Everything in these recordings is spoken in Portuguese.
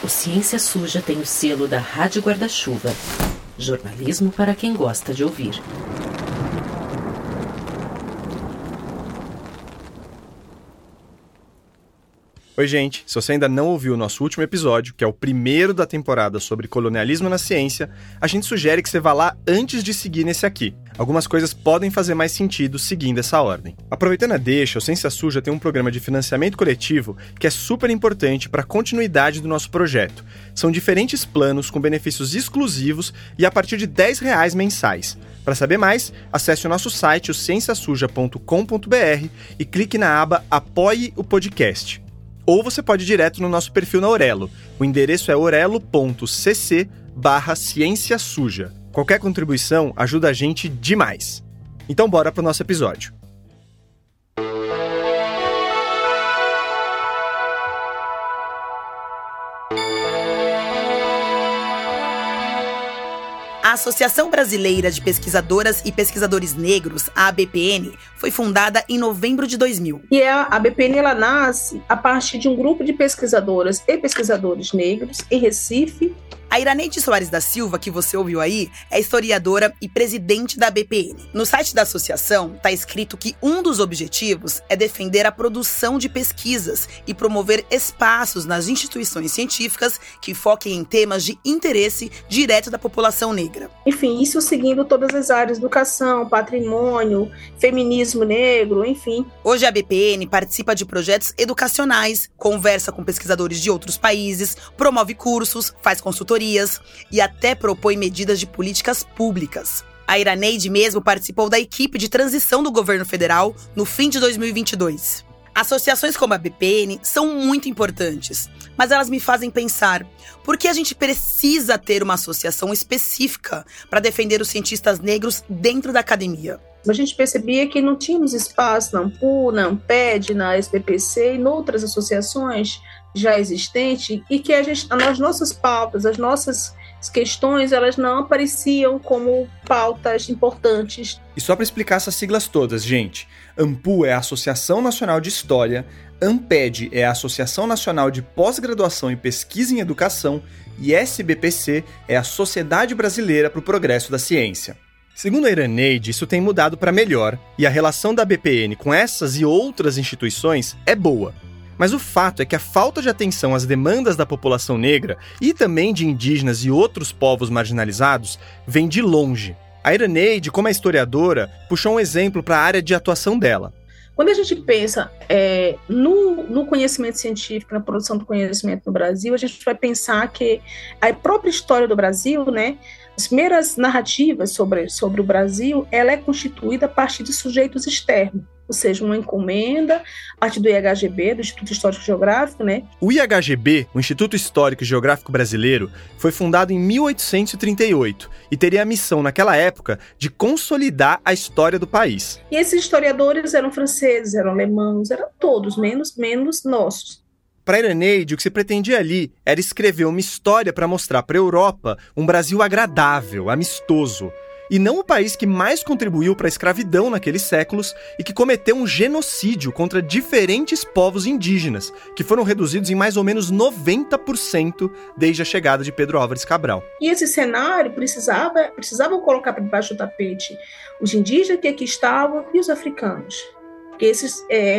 O Ciência Suja tem o selo da Rádio Guarda-Chuva. Jornalismo para quem gosta de ouvir. Oi, gente. Se você ainda não ouviu o nosso último episódio, que é o primeiro da temporada sobre colonialismo na ciência, a gente sugere que você vá lá antes de seguir nesse aqui. Algumas coisas podem fazer mais sentido seguindo essa ordem. Aproveitando a deixa, o Ciência Suja tem um programa de financiamento coletivo que é super importante para a continuidade do nosso projeto. São diferentes planos com benefícios exclusivos e a partir de R$10 mensais. Para saber mais, acesse o nosso site, o cienciasuja.com.br, e clique na aba Apoie o Podcast. Ou você pode ir direto no nosso perfil na Orelo. O endereço é orelo.cc/ciência suja. Qualquer contribuição ajuda a gente demais. Então bora pro nosso episódio. A Associação Brasileira de Pesquisadoras e Pesquisadores Negros, a ABPN, foi fundada em novembro de 2000. E a ABPN ela nasce a partir de um grupo de pesquisadoras e pesquisadores negros em Recife. A Iraneide Soares da Silva, que você ouviu aí, é historiadora e presidente da ABPN. No site da associação está escrito que um dos objetivos é defender a produção de pesquisas e promover espaços nas instituições científicas que foquem em temas de interesse direto da população negra. Enfim, isso seguindo todas as áreas: educação, patrimônio, feminismo negro, enfim. Hoje a ABPN participa de projetos educacionais, conversa com pesquisadores de outros países, promove cursos, faz consultoria e até propõe medidas de políticas públicas. A Iraneide mesmo participou da equipe de transição do governo federal no fim de 2022. Associações como a ABPN são muito importantes, mas elas me fazem pensar: por que a gente precisa ter uma associação específica para defender os cientistas negros dentro da academia? A gente percebia que não tínhamos espaço na AMPU, na AMPED, na SBPC e em outras associações já existentes, e que as nossas pautas, as nossas questões, elas não apareciam como pautas importantes. E só para explicar essas siglas todas, gente: AMPU é a Associação Nacional de História, AMPED é a Associação Nacional de Pós-Graduação e Pesquisa em Educação e SBPC é a Sociedade Brasileira para o Progresso da Ciência. Segundo a Iraneide, isso tem mudado para melhor e a relação da ABPN com essas e outras instituições é boa. Mas o fato é que a falta de atenção às demandas da população negra e também de indígenas e outros povos marginalizados vem de longe. A Iraneide, como é historiadora, puxou um exemplo para a área de atuação dela. Quando a gente pensa no conhecimento científico, na produção do conhecimento no Brasil, a gente vai pensar que a própria história do Brasil, né, as primeiras narrativas sobre o Brasil, ela é constituída a partir de sujeitos externos, ou seja, uma encomenda, a partir do IHGB, do Instituto Histórico e Geográfico, né? O IHGB, o Instituto Histórico e Geográfico Brasileiro, foi fundado em 1838 e teria a missão, naquela época, de consolidar a história do país. E esses historiadores eram franceses, eram alemãos, eram todos, menos nossos. Para Iraneide, o que se pretendia ali era escrever uma história para mostrar para a Europa um Brasil agradável, amistoso, e não o país que mais contribuiu para a escravidão naqueles séculos e que cometeu um genocídio contra diferentes povos indígenas, que foram reduzidos em mais ou menos 90% desde a chegada de Pedro Álvares Cabral. E esse cenário precisavam colocar para debaixo do tapete os indígenas que aqui estavam e os africanos, que esses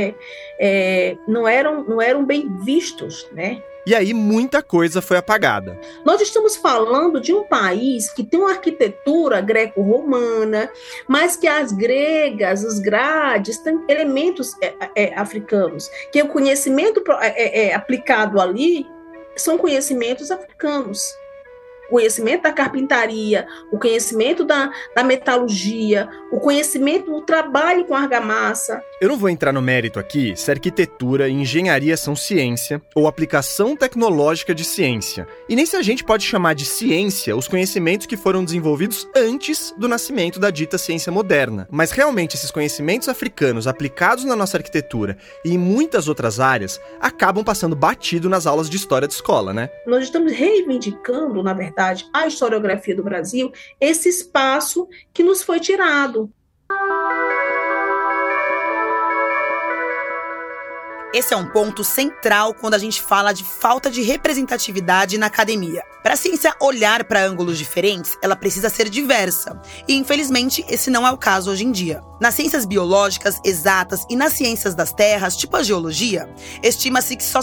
não eram bem vistos, né? E aí muita coisa foi apagada. Nós estamos falando de um país que tem uma arquitetura greco-romana, mas que as gregas, os grades, têm elementos africanos, que o conhecimento aplicado ali são conhecimentos africanos. O conhecimento da carpintaria, o conhecimento da metalurgia, o conhecimento do trabalho com argamassa. Eu não vou entrar no mérito aqui se arquitetura e engenharia são ciência ou aplicação tecnológica de ciência. E nem se a gente pode chamar de ciência os conhecimentos que foram desenvolvidos antes do nascimento da dita ciência moderna. Mas realmente esses conhecimentos africanos aplicados na nossa arquitetura e em muitas outras áreas acabam passando batido nas aulas de história de escola, né? Nós estamos reivindicando, na verdade, a historiografia do Brasil, esse espaço que nos foi tirado. Esse é um ponto central quando a gente fala de falta de representatividade na academia. Para a ciência olhar para ângulos diferentes, ela precisa ser diversa. E, infelizmente, esse não é o caso hoje em dia. Nas ciências biológicas, exatas e nas ciências das terras, tipo a geologia, estima-se que só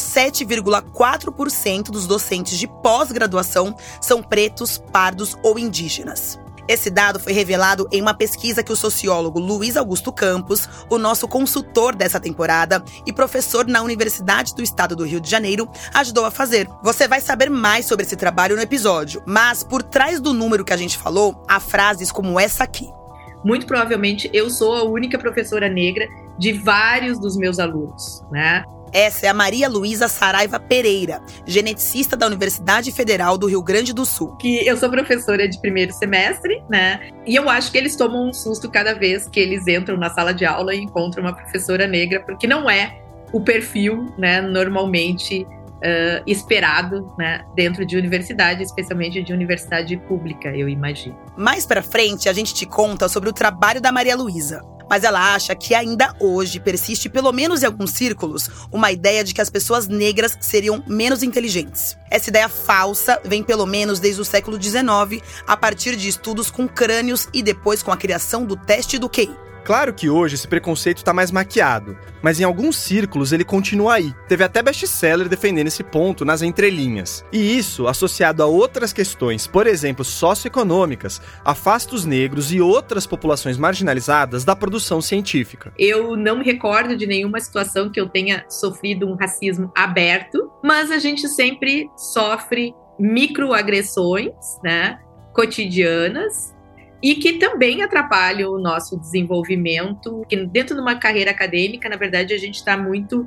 7,4% dos docentes de pós-graduação são pretos, pardos ou indígenas. Esse dado foi revelado em uma pesquisa que o sociólogo Luiz Augusto Campos, o nosso consultor dessa temporada e professor na Universidade do Estado do Rio de Janeiro, ajudou a fazer. Você vai saber mais sobre esse trabalho no episódio, mas por trás do número que a gente falou, há frases como essa aqui. Muito provavelmente eu sou a única professora negra de vários dos meus alunos, né? Essa é a Maria Luísa Saraiva Pereira, geneticista da Universidade Federal do Rio Grande do Sul. Que eu sou professora de primeiro semestre, né? E eu acho que eles tomam um susto cada vez que eles entram na sala de aula e encontram uma professora negra, porque não é o perfil, né, normalmente esperado, né, dentro de universidade, especialmente de universidade pública, eu imagino. Mais pra frente, a gente te conta sobre o trabalho da Maria Luísa. Mas ela acha que ainda hoje persiste, pelo menos em alguns círculos, uma ideia de que as pessoas negras seriam menos inteligentes. Essa ideia falsa vem pelo menos desde o século XIX, a partir de estudos com crânios e depois com a criação do teste do QI. Claro que hoje esse preconceito está mais maquiado, mas em alguns círculos ele continua aí. Teve até best-seller defendendo esse ponto nas entrelinhas. E isso, associado a outras questões, por exemplo, socioeconômicas, afasta os negros e outras populações marginalizadas da produção científica. Eu não me recordo de nenhuma situação que eu tenha sofrido um racismo aberto, mas a gente sempre sofre microagressões, né, cotidianas, e que também atrapalham o nosso desenvolvimento, que dentro de uma carreira acadêmica, na verdade, a gente está muito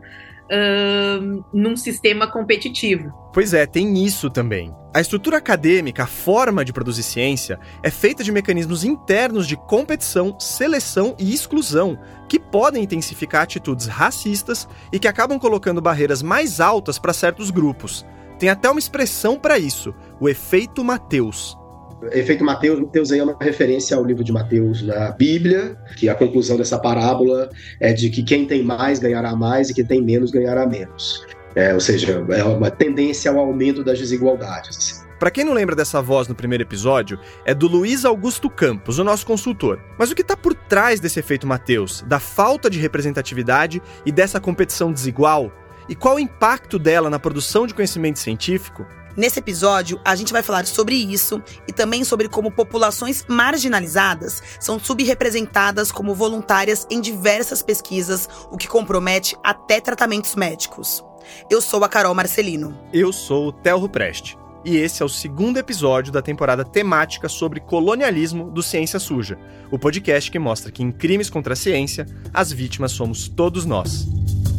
num sistema competitivo. Pois é, tem isso também. A estrutura acadêmica, a forma de produzir ciência, é feita de mecanismos internos de competição, seleção e exclusão, que podem intensificar atitudes racistas e que acabam colocando barreiras mais altas para certos grupos. Tem até uma expressão para isso, o efeito Mateus. Efeito Mateus aí é uma referência ao livro de Mateus na Bíblia, que a conclusão dessa parábola é de que quem tem mais ganhará mais e quem tem menos ganhará menos. Ou seja, é uma tendência ao aumento das desigualdades. Para quem não lembra dessa voz no primeiro episódio, é do Luiz Augusto Campos, o nosso consultor. Mas o que está por trás desse efeito Mateus, da falta de representatividade e dessa competição desigual? E qual o impacto dela na produção de conhecimento científico? Nesse episódio, a gente vai falar sobre isso e também sobre como populações marginalizadas são subrepresentadas como voluntárias em diversas pesquisas, o que compromete até tratamentos médicos. Eu sou a Carol Marcelino. Eu sou o Telro Preste. E esse é o segundo episódio da temporada temática sobre colonialismo do Ciência Suja, o podcast que mostra que em crimes contra a ciência, as vítimas somos todos nós.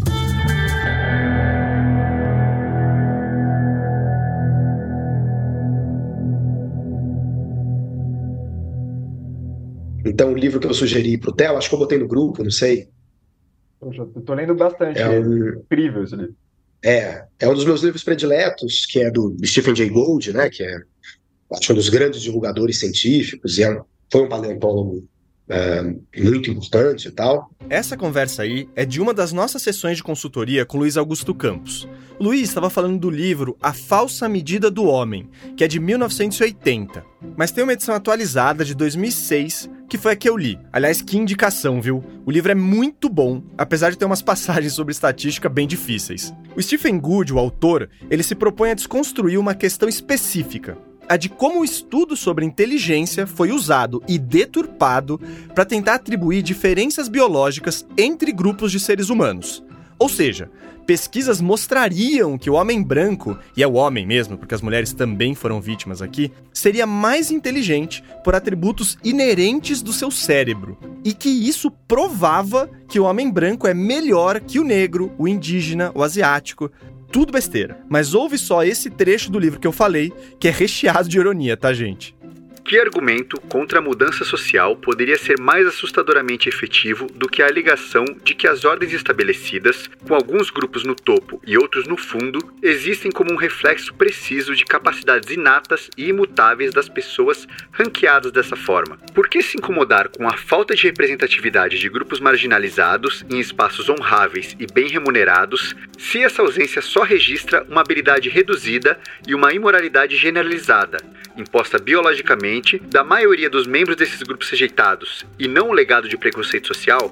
Então, o livro que eu sugeri para o Theo, acho que eu botei no grupo, não sei. Poxa, eu tô lendo bastante, incrível esse livro. É um dos meus livros prediletos, que é do Stephen Jay Gould, né, que é, acho, um dos grandes divulgadores científicos, e foi um paleontólogo muito importante e tal. Essa conversa aí é de uma das nossas sessões de consultoria com Luiz Augusto Campos. O Luiz estava falando do livro A Falsa Medida do Homem, que é de 1980. Mas tem uma edição atualizada de 2006, que foi a que eu li. Aliás, que indicação, viu? O livro é muito bom, apesar de ter umas passagens sobre estatística bem difíceis. O Stephen Gould, o autor, ele se propõe a desconstruir uma questão específica. A de como o estudo sobre inteligência foi usado e deturpado para tentar atribuir diferenças biológicas entre grupos de seres humanos. Ou seja, pesquisas mostrariam que o homem branco, e é o homem mesmo, porque as mulheres também foram vítimas aqui, seria mais inteligente por atributos inerentes do seu cérebro. E que isso provava que o homem branco é melhor que o negro, o indígena, o asiático. Tudo besteira. Mas ouve só esse trecho do livro que eu falei, que é recheado de ironia, tá, gente? Que argumento contra a mudança social poderia ser mais assustadoramente efetivo do que a alegação de que as ordens estabelecidas, com alguns grupos no topo e outros no fundo, existem como um reflexo preciso de capacidades inatas e imutáveis das pessoas ranqueadas dessa forma? Por que se incomodar com a falta de representatividade de grupos marginalizados em espaços honráveis e bem remunerados, se essa ausência só registra uma habilidade reduzida e uma imoralidade generalizada, imposta biologicamente da maioria dos membros desses grupos rejeitados, e não um legado de preconceito social?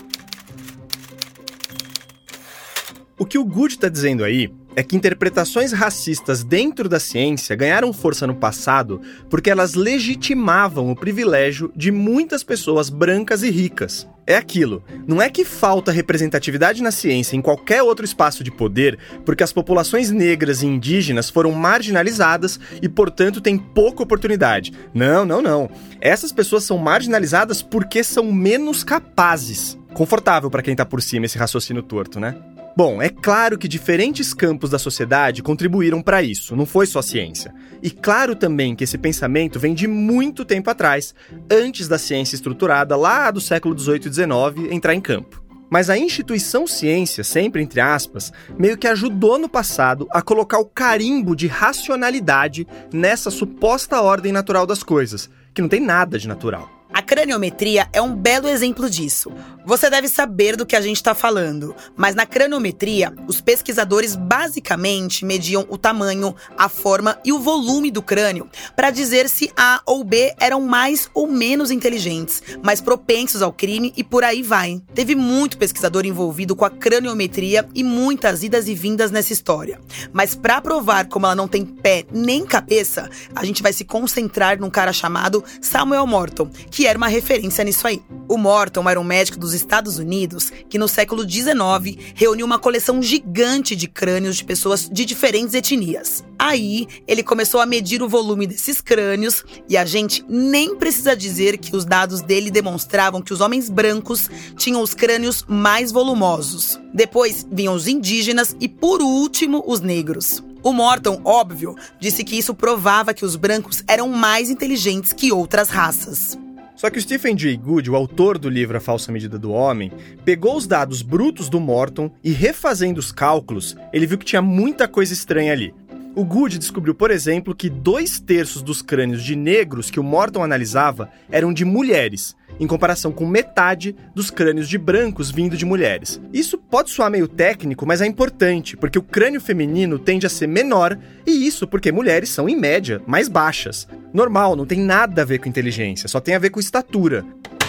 O que o Good está dizendo aí é que interpretações racistas dentro da ciência ganharam força no passado porque elas legitimavam o privilégio de muitas pessoas brancas e ricas. É aquilo, não é que falta representatividade na ciência em qualquer outro espaço de poder porque as populações negras e indígenas foram marginalizadas e, portanto, têm pouca oportunidade. Não. Essas pessoas são marginalizadas porque são menos capazes. Confortável para quem tá por cima esse raciocínio torto, né? Bom, é claro que diferentes campos da sociedade contribuíram para isso, não foi só a ciência. E claro também que esse pensamento vem de muito tempo atrás, antes da ciência estruturada lá do século XVIII e XIX entrar em campo. Mas a instituição ciência, sempre entre aspas, meio que ajudou no passado a colocar o carimbo de racionalidade nessa suposta ordem natural das coisas, que não tem nada de natural. A craniometria é um belo exemplo disso. Você deve saber do que a gente está falando, mas na craniometria, os pesquisadores basicamente mediam o tamanho, a forma e o volume do crânio para dizer se A ou B eram mais ou menos inteligentes, mais propensos ao crime e por aí vai. Teve muito pesquisador envolvido com a craniometria e muitas idas e vindas nessa história. Mas para provar como ela não tem pé nem cabeça, a gente vai se concentrar num cara chamado Samuel Morton, que era uma referência nisso aí. O Morton era um médico dos Estados Unidos que no século XIX reuniu uma coleção gigante de crânios de pessoas de diferentes etnias. Aí, ele começou a medir o volume desses crânios e a gente nem precisa dizer que os dados dele demonstravam que os homens brancos tinham os crânios mais volumosos. Depois vinham os indígenas e, por último, os negros. O Morton, óbvio, disse que isso provava que os brancos eram mais inteligentes que outras raças. Só que o Stephen Jay Gould, o autor do livro A Falsa Medida do Homem, pegou os dados brutos do Morton e, refazendo os cálculos, ele viu que tinha muita coisa estranha ali. O Gould descobriu, por exemplo, que 2/3 dos crânios de negros que o Morton analisava eram de mulheres, em comparação com metade dos crânios de brancos vindo de mulheres. Isso pode soar meio técnico, mas é importante, porque o crânio feminino tende a ser menor, e isso porque mulheres são, em média, mais baixas. Normal, não tem nada a ver com inteligência, só tem a ver com estatura.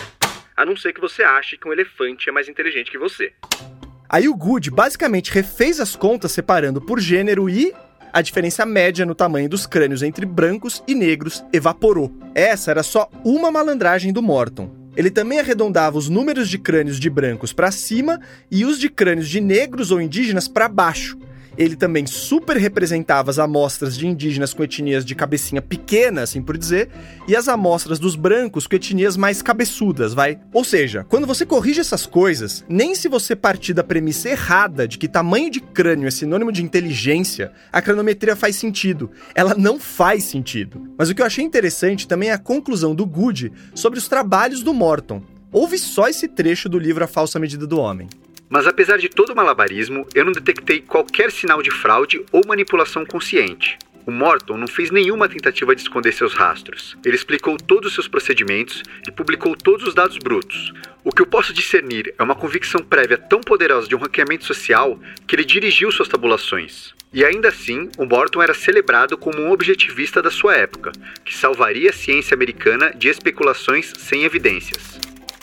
A não ser que você ache que um elefante é mais inteligente que você. Aí o Gould basicamente refez as contas separando por gênero e a diferença média no tamanho dos crânios entre brancos e negros evaporou. Essa era só uma malandragem do Morton. Ele também arredondava os números de crânios de brancos para cima e os de crânios de negros ou indígenas para baixo. Ele também super representava as amostras de indígenas com etnias de cabecinha pequena, assim por dizer, e as amostras dos brancos com etnias mais cabeçudas, vai? Ou seja, quando você corrige essas coisas, nem se você partir da premissa errada de que tamanho de crânio é sinônimo de inteligência, a cranometria faz sentido. Ela não faz sentido. Mas o que eu achei interessante também é a conclusão do Gould sobre os trabalhos do Morton. Ouve só esse trecho do livro A Falsa Medida do Homem. Mas apesar de todo o malabarismo, eu não detectei qualquer sinal de fraude ou manipulação consciente. O Morton não fez nenhuma tentativa de esconder seus rastros. Ele explicou todos os seus procedimentos e publicou todos os dados brutos. O que eu posso discernir é uma convicção prévia tão poderosa de um ranqueamento social que ele dirigiu suas tabulações. E ainda assim, o Morton era celebrado como um objetivista da sua época, que salvaria a ciência americana de especulações sem evidências.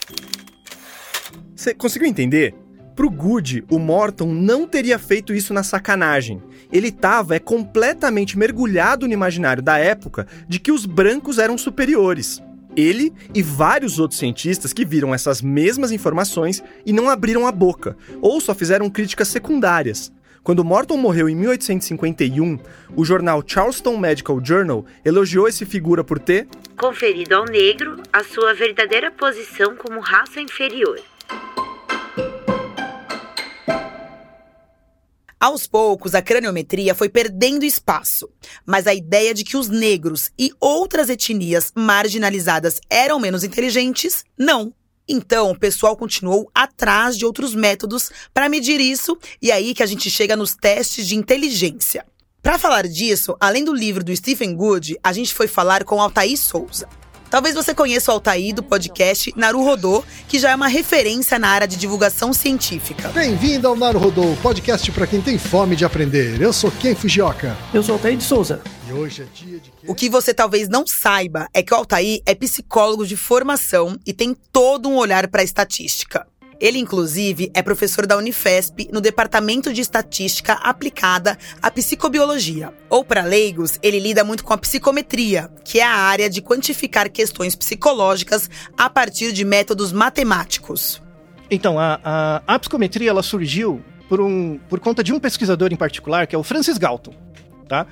Você conseguiu entender? Pro Gould, o Morton não teria feito isso na sacanagem. Ele estava completamente mergulhado no imaginário da época de que os brancos eram superiores. Ele e vários outros cientistas que viram essas mesmas informações e não abriram a boca, ou só fizeram críticas secundárias. Quando Morton morreu em 1851, o jornal Charleston Medical Journal elogiou esse figura por ter conferido ao negro a sua verdadeira posição como raça inferior. Aos poucos, a craniometria foi perdendo espaço, mas a ideia de que os negros e outras etnias marginalizadas eram menos inteligentes, não. Então, o pessoal continuou atrás de outros métodos para medir isso, e aí que a gente chega nos testes de inteligência. Para falar disso, além do livro do Stephen Gould, a gente foi falar com Altair Souza. Talvez você conheça o Altair do podcast Naruhodô, que já é uma referência na área de divulgação científica. Bem-vindo ao Naruhodô, podcast para quem tem fome de aprender. Eu sou Ken Fujioka. Eu sou Altair de Souza. E hoje é dia de... O que você talvez não saiba é que o Altair é psicólogo de formação e tem todo um olhar para a estatística. Ele, inclusive, é professor da Unifesp no Departamento de Estatística Aplicada à Psicobiologia. Ou, para leigos, ele lida muito com a psicometria, que é a área de quantificar questões psicológicas a partir de métodos matemáticos. Então, a psicometria ela surgiu por conta de um pesquisador em particular, que é o Francis Galton, tá?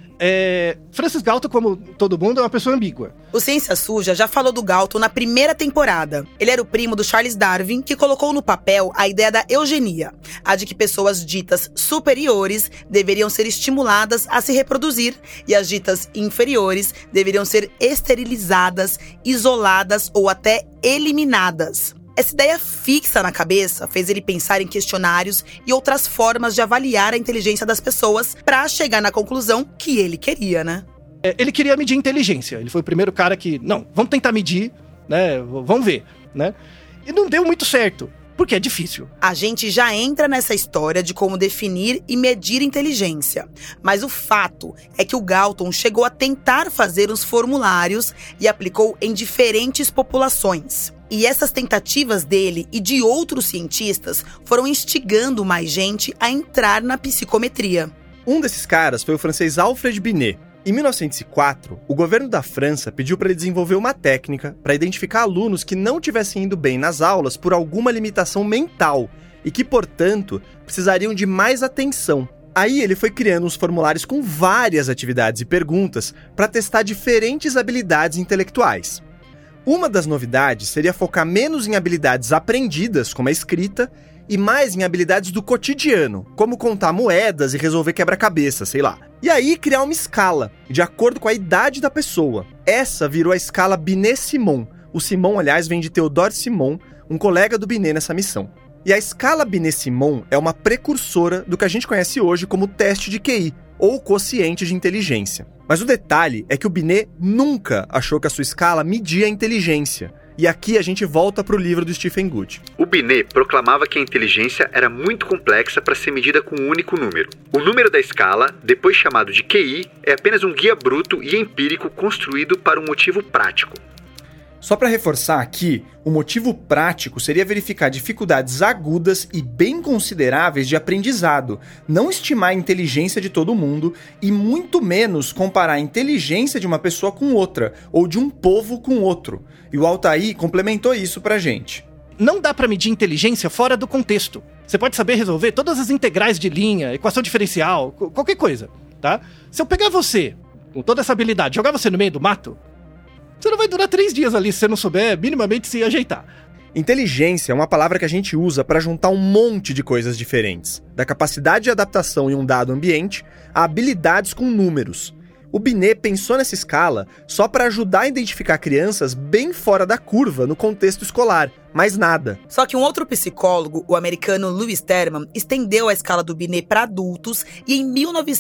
Francis Galton, como todo mundo, é uma pessoa ambígua. O Ciência Suja já falou do Galton na primeira temporada. Ele era o primo do Charles Darwin, que colocou no papel a ideia da eugenia, a de que pessoas ditas superiores deveriam ser estimuladas a se reproduzir e as ditas inferiores deveriam ser esterilizadas, isoladas ou até eliminadas. Essa ideia fixa na cabeça fez ele pensar em questionários e outras formas de avaliar a inteligência das pessoas para chegar na conclusão que ele queria, né? Ele queria medir inteligência. Ele foi o primeiro cara que, não, vamos tentar medir, né? Vamos ver, né? E não deu muito certo, porque é difícil. A gente já entra nessa história de como definir e medir inteligência. Mas o fato é que o Galton chegou a tentar fazer os formulários e aplicou em diferentes populações. E essas tentativas dele e de outros cientistas foram instigando mais gente a entrar na psicometria. Um desses caras foi o francês Alfred Binet. Em 1904, o governo da França pediu para ele desenvolver uma técnica para identificar alunos que não tivessem indo bem nas aulas por alguma limitação mental e que, portanto, precisariam de mais atenção. Aí ele foi criando uns formulários com várias atividades e perguntas para testar diferentes habilidades intelectuais. Uma das novidades seria focar menos em habilidades aprendidas, como a escrita, e mais em habilidades do cotidiano, como contar moedas e resolver quebra-cabeça, sei lá. E aí criar uma escala, de acordo com a idade da pessoa. Essa virou a escala Binet-Simon. O Simon, aliás, vem de Théodore Simon, um colega do Binet nessa missão. E a escala Binet-Simon é uma precursora do que a gente conhece hoje como teste de QI, ou quociente de inteligência. Mas o detalhe é que o Binet nunca achou que a sua escala media a inteligência. E aqui a gente volta para o livro do Stephen Gould. O Binet proclamava que a inteligência era muito complexa para ser medida com um único número. O número da escala, depois chamado de QI, é apenas um guia bruto e empírico construído para um motivo prático. Só para reforçar aqui, o motivo prático seria verificar dificuldades agudas e bem consideráveis de aprendizado, não estimar a inteligência de todo mundo e muito menos comparar a inteligência de uma pessoa com outra, ou de um povo com outro. E o Altair complementou isso pra gente. Não dá pra medir inteligência fora do contexto. Você pode saber resolver todas as integrais de linha, equação diferencial, qualquer coisa, tá? Se eu pegar você, com toda essa habilidade, jogar você no meio do mato, você não vai durar 3 dias ali se você não souber minimamente se ajeitar. Inteligência é uma palavra que a gente usa para juntar um monte de coisas diferentes, da capacidade de adaptação em um dado ambiente a habilidades com números. O Binet pensou nessa escala só para ajudar a identificar crianças bem fora da curva no contexto escolar, mais nada. Só que um outro psicólogo, o americano Lewis Terman, estendeu a escala do Binet para adultos e em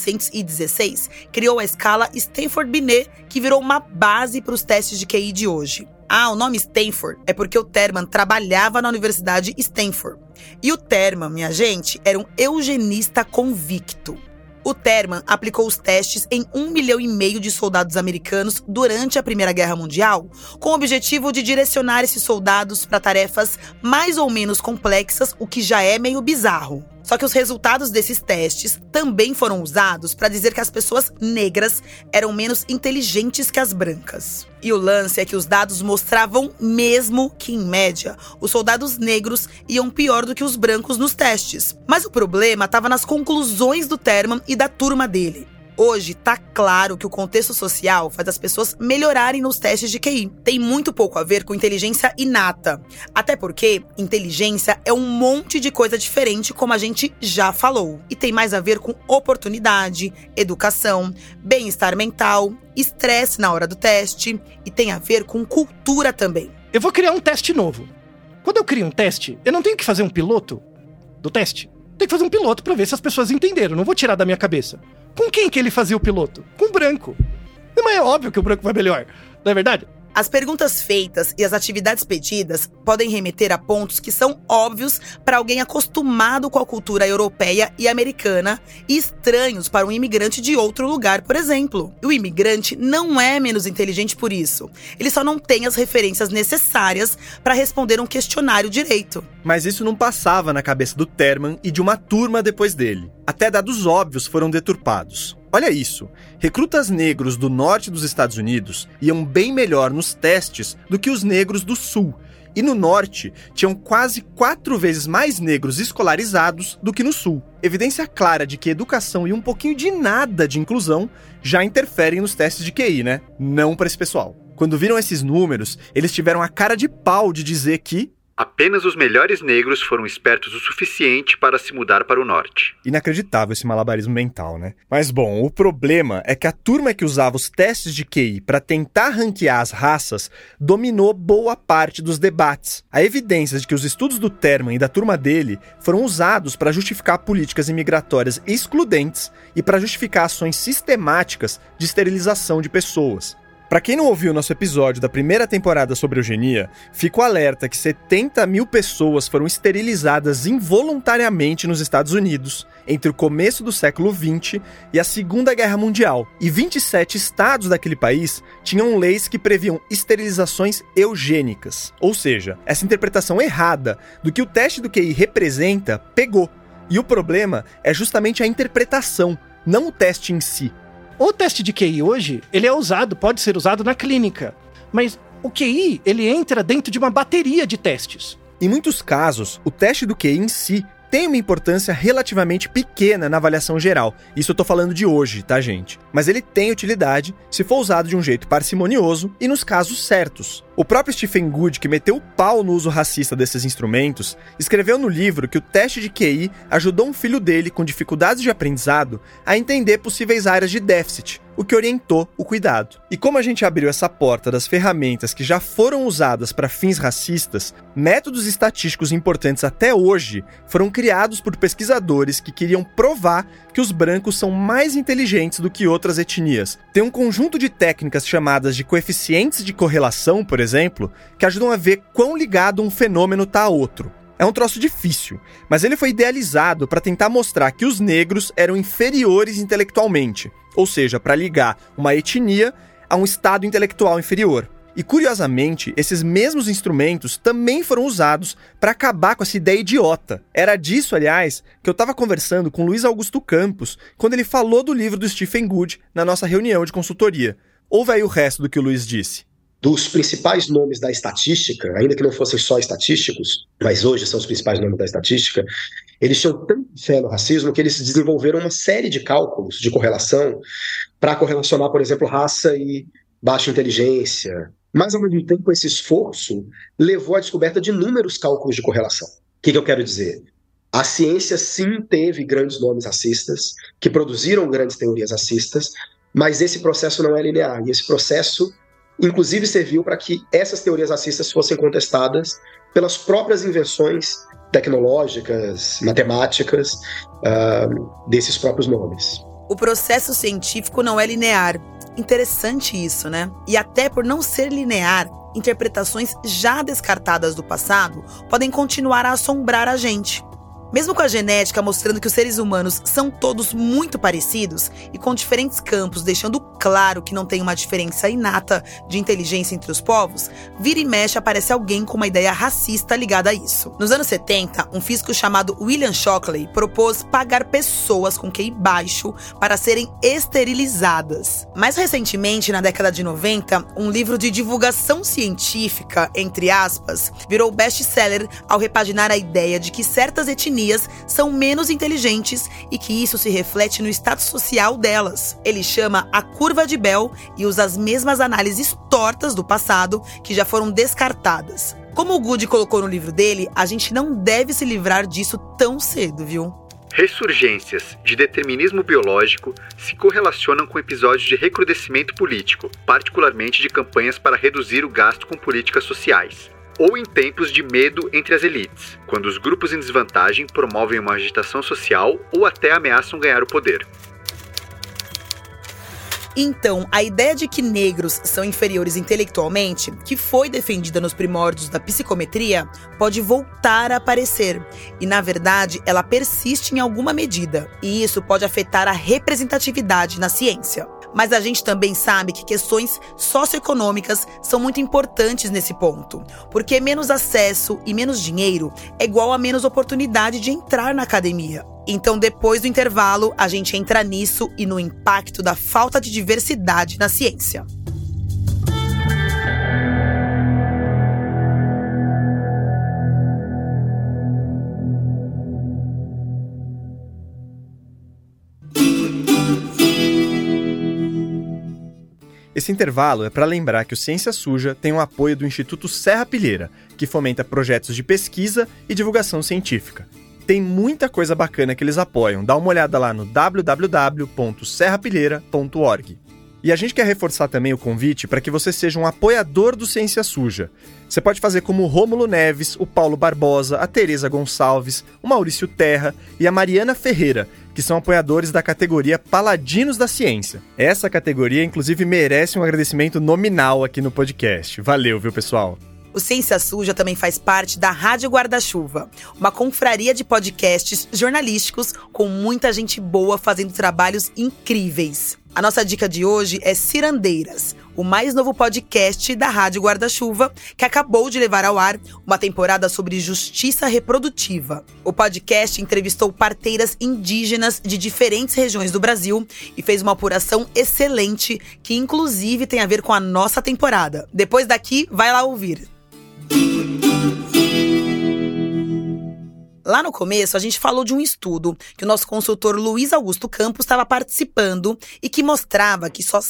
1916 criou a escala Stanford-Binet, que virou uma base para os testes de QI de hoje. O nome Stanford é porque o Terman trabalhava na Universidade Stanford. E o Terman, minha gente, era um eugenista convicto. O Terman aplicou os testes em 1,5 milhão de soldados americanos durante a Primeira Guerra Mundial, com o objetivo de direcionar esses soldados para tarefas mais ou menos complexas, o que já é meio bizarro. Só que os resultados desses testes também foram usados para dizer que as pessoas negras eram menos inteligentes que as brancas. E o lance é que os dados mostravam mesmo que, em média, os soldados negros iam pior do que os brancos nos testes. Mas o problema estava nas conclusões do Terman e da turma dele. Hoje, tá claro que o contexto social faz as pessoas melhorarem nos testes de QI. Tem muito pouco a ver com inteligência inata. Até porque inteligência é um monte de coisa diferente, como a gente já falou. E tem mais a ver com oportunidade, educação, bem-estar mental, estresse na hora do teste e tem a ver com cultura também. Eu vou criar um teste novo. Quando eu crio um teste, eu não tenho que fazer um piloto do teste? Tem que fazer um piloto pra ver se as pessoas entenderam. Não vou tirar da minha cabeça. Com quem que ele fazia o piloto? Com o branco. Mas é óbvio que o branco vai melhor, não é verdade? As perguntas feitas e as atividades pedidas podem remeter a pontos que são óbvios para alguém acostumado com a cultura europeia e americana e estranhos para um imigrante de outro lugar, por exemplo. E o imigrante não é menos inteligente por isso. Ele só não tem as referências necessárias para responder um questionário direito. Mas isso não passava na cabeça do Terman e de uma turma depois dele. Até dados óbvios foram deturpados. Olha isso, recrutas negros do norte dos Estados Unidos iam bem melhor nos testes do que os negros do sul. E no norte, tinham quase 4 vezes mais negros escolarizados do que no sul. Evidência clara de que educação e um pouquinho de nada de inclusão já interferem nos testes de QI, né? Não para esse pessoal. Quando viram esses números, eles tiveram a cara de pau de dizer que apenas os melhores negros foram espertos o suficiente para se mudar para o norte. Inacreditável esse malabarismo mental, né? Mas bom, o problema é que a turma que usava os testes de QI para tentar ranquear as raças dominou boa parte dos debates. Há evidências de que os estudos do Terman e da turma dele foram usados para justificar políticas imigratórias excludentes e para justificar ações sistemáticas de esterilização de pessoas. Para quem não ouviu o nosso episódio da primeira temporada sobre eugenia, fica o alerta que 70 mil pessoas foram esterilizadas involuntariamente nos Estados Unidos entre o começo do século XX e a Segunda Guerra Mundial. E 27 estados daquele país tinham leis que previam esterilizações eugênicas. Ou seja, essa interpretação errada do que o teste do QI representa pegou. E o problema é justamente a interpretação, não o teste em si. O teste de QI hoje, ele é usado, pode ser usado na clínica. Mas o QI, ele entra dentro de uma bateria de testes. Em muitos casos, o teste do QI em si tem uma importância relativamente pequena na avaliação geral. Isso eu tô falando de hoje, tá, gente? Mas ele tem utilidade se for usado de um jeito parcimonioso e nos casos certos. O próprio Stephen Gould, que meteu o pau no uso racista desses instrumentos, escreveu no livro que o teste de QI ajudou um filho dele com dificuldades de aprendizado a entender possíveis áreas de déficit, o que orientou o cuidado. E como a gente abriu essa porta das ferramentas que já foram usadas para fins racistas, métodos estatísticos importantes até hoje foram criados por pesquisadores que queriam provar que os brancos são mais inteligentes do que outras etnias. Tem um conjunto de técnicas chamadas de coeficientes de correlação, por exemplo, que ajudam a ver quão ligado um fenômeno está a outro. É um troço difícil, mas ele foi idealizado para tentar mostrar que os negros eram inferiores intelectualmente, ou seja, para ligar uma etnia a um estado intelectual inferior. E, curiosamente, esses mesmos instrumentos também foram usados para acabar com essa ideia idiota. Era disso, aliás, que eu estava conversando com Luiz Augusto Campos quando ele falou do livro do Stephen Gould na nossa reunião de consultoria. Ouve aí o resto do que o Luiz disse. Dos principais nomes da estatística, ainda que não fossem só estatísticos, mas hoje são os principais nomes da estatística, eles tinham tanto fé no racismo que eles desenvolveram uma série de cálculos de correlação para correlacionar, por exemplo, raça e baixa inteligência. Mas, ao mesmo tempo, esse esforço levou à descoberta de inúmeros cálculos de correlação. O que eu quero dizer? A ciência, sim, teve grandes nomes racistas, que produziram grandes teorias racistas, mas esse processo não é linear. E esse processo, inclusive, serviu para que essas teorias racistas fossem contestadas pelas próprias invenções tecnológicas, matemáticas, desses próprios nomes. O processo científico não é linear. Interessante isso, né? E até por não ser linear, interpretações já descartadas do passado podem continuar a assombrar a gente. Mesmo com a genética mostrando que os seres humanos são todos muito parecidos e com diferentes campos deixando claro que não tem uma diferença inata de inteligência entre os povos, vira e mexe aparece alguém com uma ideia racista ligada a isso. Nos anos 70, um físico chamado William Shockley propôs pagar pessoas com QI baixo para serem esterilizadas. Mais recentemente, na década de 90, um livro de divulgação científica, entre aspas, virou best-seller ao repaginar a ideia de que certas etnias etnias são menos inteligentes e que isso se reflete no status social delas. Ele chama a curva de Bell e usa as mesmas análises tortas do passado que já foram descartadas. Como o Good colocou no livro dele, a gente não deve se livrar disso tão cedo, viu? Ressurgências de determinismo biológico se correlacionam com episódios de recrudescimento político, particularmente de campanhas para reduzir o gasto com políticas sociais, ou em tempos de medo entre as elites, quando os grupos em desvantagem promovem uma agitação social ou até ameaçam ganhar o poder. Então, a ideia de que negros são inferiores intelectualmente, que foi defendida nos primórdios da psicometria, pode voltar a aparecer. E, na verdade, ela persiste em alguma medida. E isso pode afetar a representatividade na ciência. Mas a gente também sabe que questões socioeconômicas são muito importantes nesse ponto. Porque menos acesso e menos dinheiro é igual a menos oportunidade de entrar na academia. Então, depois do intervalo, a gente entra nisso e no impacto da falta de diversidade na ciência. Esse intervalo é para lembrar que o Ciência Suja tem o apoio do Instituto Serra Pilheira, que fomenta projetos de pesquisa e divulgação científica. Tem muita coisa bacana que eles apoiam. Dá uma olhada lá no www.serrapilheira.org. E a gente quer reforçar também o convite para que você seja um apoiador do Ciência Suja. Você pode fazer como o Rômulo Neves, o Paulo Barbosa, a Tereza Gonçalves, o Maurício Terra e a Mariana Ferreira, que são apoiadores da categoria Paladinos da Ciência. Essa categoria, inclusive, merece um agradecimento nominal aqui no podcast. Valeu, viu, pessoal? O Ciência Suja também faz parte da Rádio Guarda-Chuva, uma confraria de podcasts jornalísticos com muita gente boa fazendo trabalhos incríveis. A nossa dica de hoje é Cirandeiras, o mais novo podcast da Rádio Guarda-Chuva, que acabou de levar ao ar uma temporada sobre justiça reprodutiva. O podcast entrevistou parteiras indígenas de diferentes regiões do Brasil e fez uma apuração excelente, que inclusive tem a ver com a nossa temporada. Depois daqui, vai lá ouvir. Lá no começo, a gente falou de um estudo que o nosso consultor Luiz Augusto Campos estava participando e que mostrava que só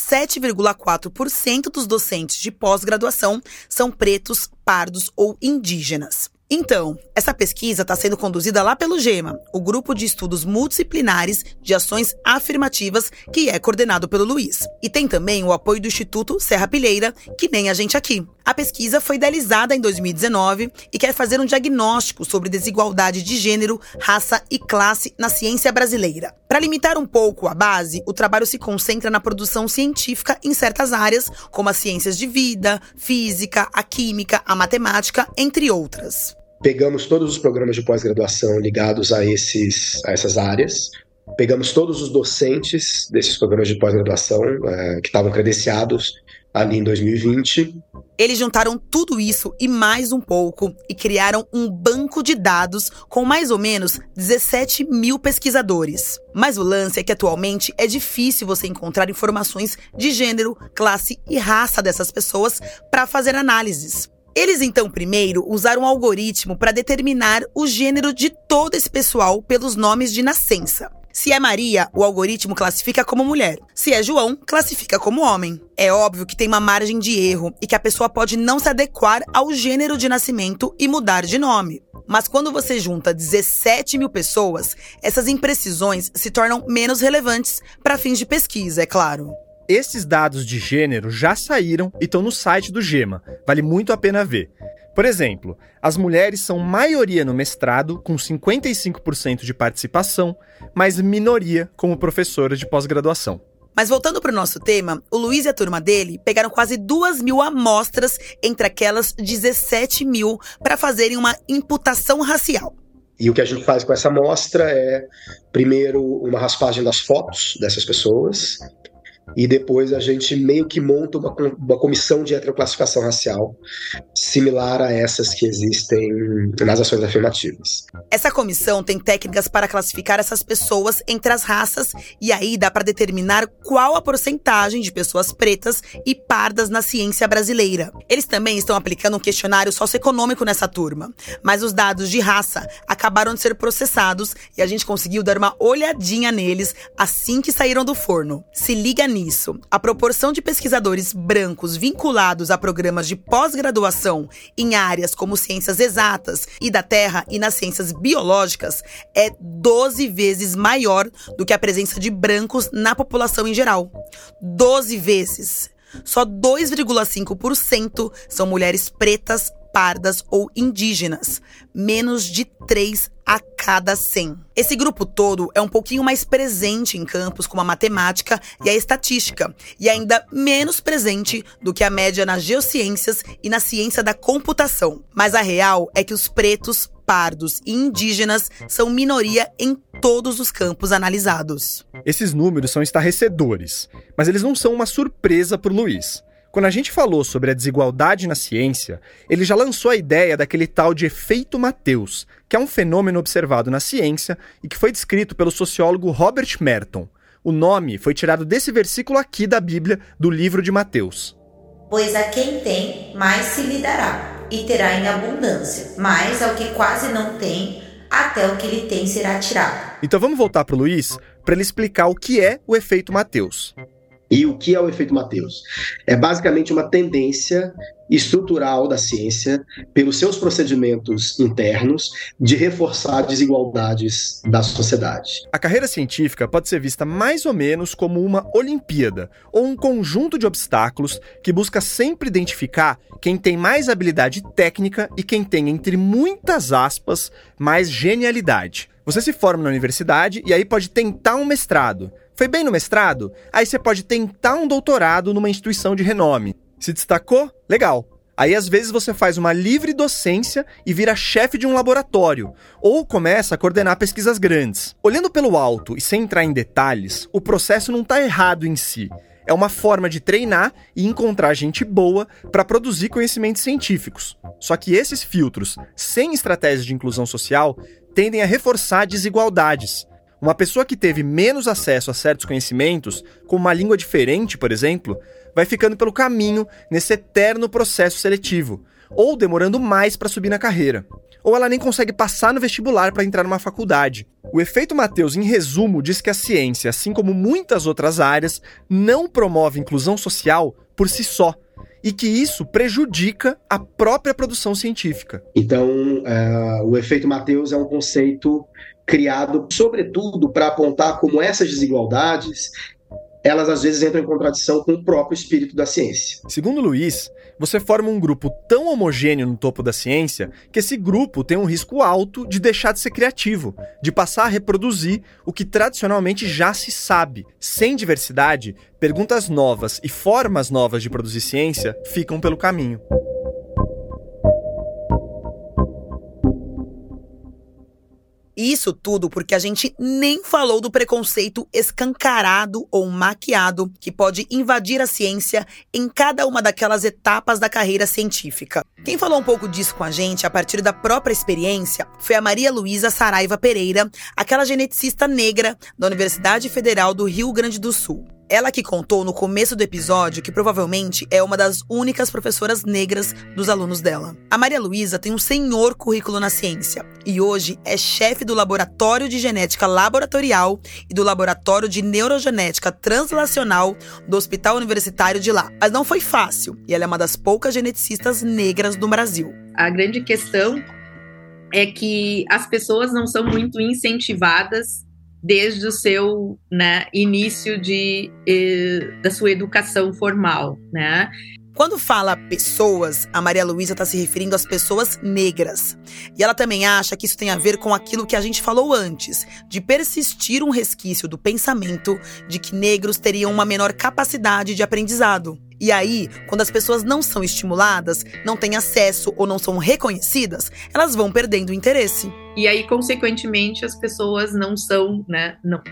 7,4% dos docentes de pós-graduação são pretos, pardos ou indígenas. Então, essa pesquisa está sendo conduzida lá pelo GEMA, o Grupo de Estudos Multidisciplinares de Ações Afirmativas, que é coordenado pelo Luiz. E tem também o apoio do Instituto Serra Pilheira, que nem a gente aqui. A pesquisa foi idealizada em 2019 e quer fazer um diagnóstico sobre desigualdade de gênero, raça e classe na ciência brasileira. Para limitar um pouco a base, o trabalho se concentra na produção científica em certas áreas, como as ciências de vida, física, a química, a matemática, entre outras. Pegamos todos os programas de pós-graduação ligados a essas áreas, pegamos todos os docentes desses programas de pós-graduação que estavam credenciados ali em 2020. Eles juntaram tudo isso e mais um pouco e criaram um banco de dados com mais ou menos 17 mil pesquisadores. Mas o lance é que atualmente é difícil você encontrar informações de gênero, classe e raça dessas pessoas para fazer análises. Eles, então, primeiro, usaram um algoritmo para determinar o gênero de todo esse pessoal pelos nomes de nascença. Se é Maria, o algoritmo classifica como mulher. Se é João, classifica como homem. É óbvio que tem uma margem de erro e que a pessoa pode não se adequar ao gênero de nascimento e mudar de nome. Mas quando você junta 17 mil pessoas, essas imprecisões se tornam menos relevantes para fins de pesquisa, é claro. Esses dados de gênero já saíram e estão no site do GEMA. Vale muito a pena ver. Por exemplo, as mulheres são maioria no mestrado, com 55% de participação, mas minoria como professoras de pós-graduação. Mas voltando para o nosso tema, o Luiz e a turma dele pegaram quase 2.000 amostras entre aquelas 17 mil para fazerem uma imputação racial. E o que a gente faz com essa amostra é, primeiro, uma raspagem das fotos dessas pessoas. e depois a gente meio que monta uma comissão de heteroclassificação racial similar a essas que existem nas ações afirmativas. Essa comissão tem técnicas para classificar essas pessoas entre as raças e aí dá para determinar qual a porcentagem de pessoas pretas e pardas na ciência brasileira. Eles também estão aplicando um questionário socioeconômico nessa turma, mas os dados de raça acabaram de ser processados e a gente conseguiu dar uma olhadinha neles assim que saíram do forno. Se liga nisso, a proporção de pesquisadores brancos vinculados a programas de pós-graduação em áreas como ciências exatas e da terra e nas ciências biológicas é 12 vezes maior do que a presença de brancos na população em geral. 12 vezes! Só 2,5% são mulheres pretas, pardas ou indígenas, menos de 3 a cada 100. Esse grupo todo é um pouquinho mais presente em campos como a matemática e a estatística, e ainda menos presente do que a média nas geociências e na ciência da computação. Mas a real é que os pretos, pardos e indígenas são minoria em todos os campos analisados. Esses números são estarrecedores, mas eles não são uma surpresa para o Luiz. Quando a gente falou sobre a desigualdade na ciência, ele já lançou a ideia daquele tal de efeito Mateus, que é um fenômeno observado na ciência e que foi descrito pelo sociólogo Robert Merton. O nome foi tirado desse versículo aqui da Bíblia, do livro de Mateus. Pois a quem tem, mais se lhe dará, e terá em abundância, mas ao que quase não tem, até o que ele tem será tirado. Então vamos voltar para o Luiz, para ele explicar o que é o efeito Mateus. E o que é o efeito Mateus? É basicamente uma tendência estrutural da ciência, pelos seus procedimentos internos, de reforçar desigualdades da sociedade. A carreira científica pode ser vista mais ou menos como uma Olimpíada, ou um conjunto de obstáculos que busca sempre identificar quem tem mais habilidade técnica e quem tem, entre muitas aspas, mais genialidade. Você se forma na universidade e aí pode tentar um mestrado. Foi bem no mestrado? Aí você pode tentar um doutorado numa instituição de renome. Se destacou? Legal. Aí às vezes você faz uma livre docência e vira chefe de um laboratório, ou começa a coordenar pesquisas grandes. Olhando pelo alto e sem entrar em detalhes, o processo não está errado em si. É uma forma de treinar e encontrar gente boa para produzir conhecimentos científicos. Só que esses filtros, sem estratégias de inclusão social, tendem a reforçar desigualdades. Uma pessoa que teve menos acesso a certos conhecimentos, como uma língua diferente, por exemplo, vai ficando pelo caminho nesse eterno processo seletivo, ou demorando mais para subir na carreira. Ou ela nem consegue passar no vestibular para entrar numa faculdade. O efeito Mateus, em resumo, diz que a ciência, assim como muitas outras áreas, não promove inclusão social por si só, e que isso prejudica a própria produção científica. Então, o efeito Mateus é um conceito criado, sobretudo, para apontar como essas desigualdades, elas às vezes entram em contradição com o próprio espírito da ciência. Segundo Luiz, você forma um grupo tão homogêneo no topo da ciência que esse grupo tem um risco alto de deixar de ser criativo, de passar a reproduzir o que tradicionalmente já se sabe. Sem diversidade, perguntas novas e formas novas de produzir ciência ficam pelo caminho. Isso tudo porque a gente nem falou do preconceito escancarado ou maquiado que pode invadir a ciência em cada uma daquelas etapas da carreira científica. Quem falou um pouco disso com a gente, a partir da própria experiência, foi a Maria Luísa Saraiva Pereira, aquela geneticista negra da Universidade Federal do Rio Grande do Sul. Ela que contou no começo do episódio que provavelmente é uma das únicas professoras negras dos alunos dela. A Maria Luísa tem um senhor currículo na ciência e hoje é chefe do Laboratório de Genética Laboratorial e do Laboratório de Neurogenética Translacional do Hospital Universitário de lá. Mas não foi fácil e ela é uma das poucas geneticistas negras do Brasil. A grande questão é que as pessoas não são muito incentivadas desde o seu início da sua educação formal, né? Quando fala pessoas, a Maria Luísa está se referindo às pessoas negras. E ela também acha que isso tem a ver com aquilo que a gente falou antes, de persistir um resquício do pensamento de que negros teriam uma menor capacidade de aprendizado. E aí, quando as pessoas não são estimuladas, não têm acesso ou não são reconhecidas, elas vão perdendo o interesse. E aí, consequentemente, as pessoas não são,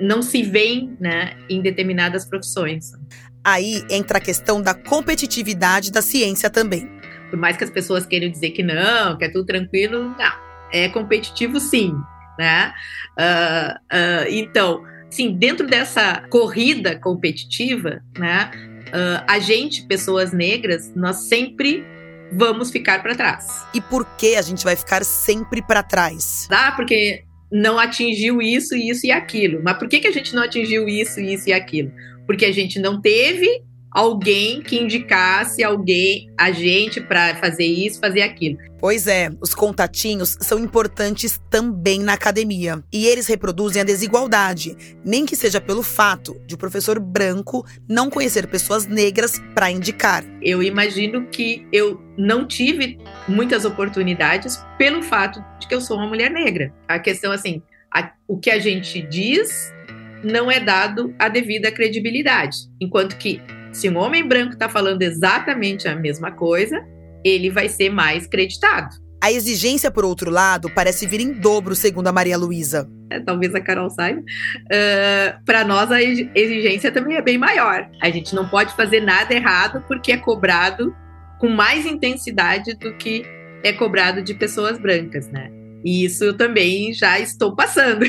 não se veem, né, em determinadas profissões. Aí entra a questão da competitividade da ciência também. Por mais que as pessoas queiram dizer que não, que é tudo tranquilo, não. É competitivo sim, né? Então, sim, dentro dessa corrida competitiva, né, a gente, pessoas negras, nós sempre vamos ficar para trás. E por que a gente vai ficar sempre para trás? Porque não atingiu isso, isso e aquilo. Mas por que a gente não atingiu isso, isso e aquilo? Porque a gente não teve alguém que indicasse a gente para fazer isso, fazer aquilo. Pois é, os contatinhos são importantes também na academia. E eles reproduzem a desigualdade, nem que seja pelo fato de o professor branco não conhecer pessoas negras para indicar. Eu imagino que eu não tive muitas oportunidades pelo fato de que eu sou uma mulher negra. A questão, assim, o que a gente diz não é dado a devida credibilidade. Enquanto que, se um homem branco está falando exatamente a mesma coisa, ele vai ser mais creditado. A exigência, por outro lado, parece vir em dobro, segundo a Maria Luísa. Talvez a Carol saiba. Para nós, a exigência também é bem maior. A gente não pode fazer nada errado porque é cobrado com mais intensidade do que é cobrado de pessoas brancas, né? E isso eu também já estou passando.